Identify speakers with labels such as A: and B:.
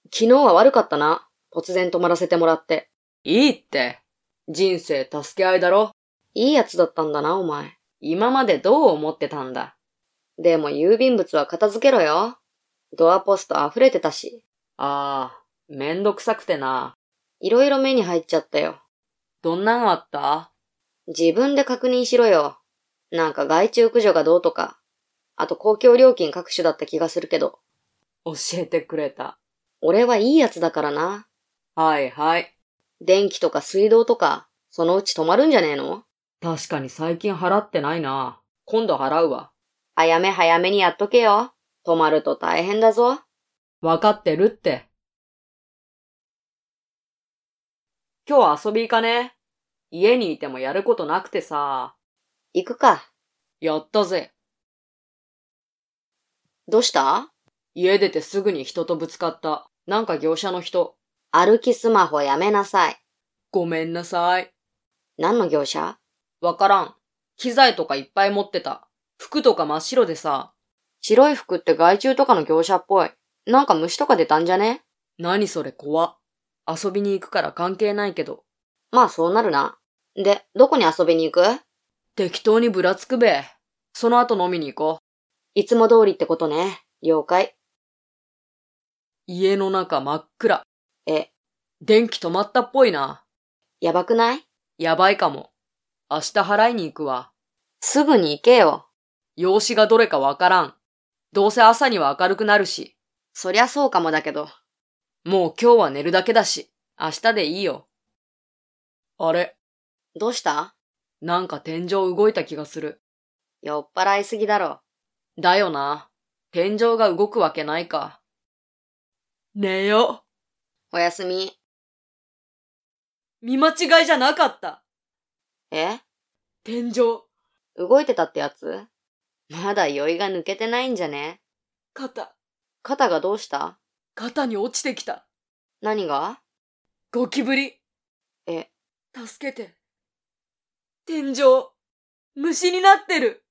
A: 昨日は悪かったな。突然泊まらせてもらって。
B: いいって。人生助け合いだろ。
A: いいやつだったんだな、お前。
B: 今までどう思ってたんだ。
A: でも郵便物は片付けろよ。ドアポスト溢れてたし。
B: めんどくさくてな。
A: いろいろ目に入っちゃったよ。
B: どんなのあった？
A: 自分で確認しろよ。なんか害虫駆除がどうとか。あと公共料金各種だった気がするけど。
B: 教えてくれた。
A: 俺はいいやつだからな。
B: はいはい。
A: 電気とか水道とか、そのうち止まるんじゃねえの？
B: 確かに最近払ってないな。今度払うわ。
A: 早めにやっとけよ。止まると大変だぞ。
B: わかってるって。今日遊び行かね？家にいてもやることなくてさ。
A: 行くか。
B: やったぜ。
A: どうした？
B: 家出てすぐに人とぶつかった。なんか業者の人。
A: 歩きスマホやめなさい。
B: ごめんなさい。
A: 何の業者？
B: わからん。機材とかいっぱい持ってた。服とか真っ白でさ。
A: 白い服って害虫とかの業者っぽい。なんか虫とか出たんじゃね？
B: 何それ怖っ。遊びに行くから関係ないけど。
A: まあそうなるな。で、どこに遊びに行く？
B: 適当にぶらつくべ。その後飲みに行こう。
A: いつも通りってことね。了解。
B: 家の中真っ暗。
A: え、
B: 電気止まったっぽいな。
A: やばくない？
B: やばいかも。明日払いに行くわ。
A: すぐに行けよ。
B: 用紙がどれかわからん。どうせ朝には明るくなるし。
A: そりゃそうかもだけど。
B: もう今日は寝るだけだし、明日でいいよ。あれ、
A: どうした？
B: なんか天井動いた気がする。
A: 酔っ払いすぎだろ。
B: だよな。天井が動くわけないか。寝よ
A: おやすみ。
B: 見間違いじゃなかった。
A: え？
B: 天井。
A: 動いてたってやつ？まだ酔いが抜けてないんじゃね？肩がどうした？
B: 肩に落ちてきた。
A: 何が？
B: ゴキブリ。
A: え、
B: 助けて。天井、虫になってる。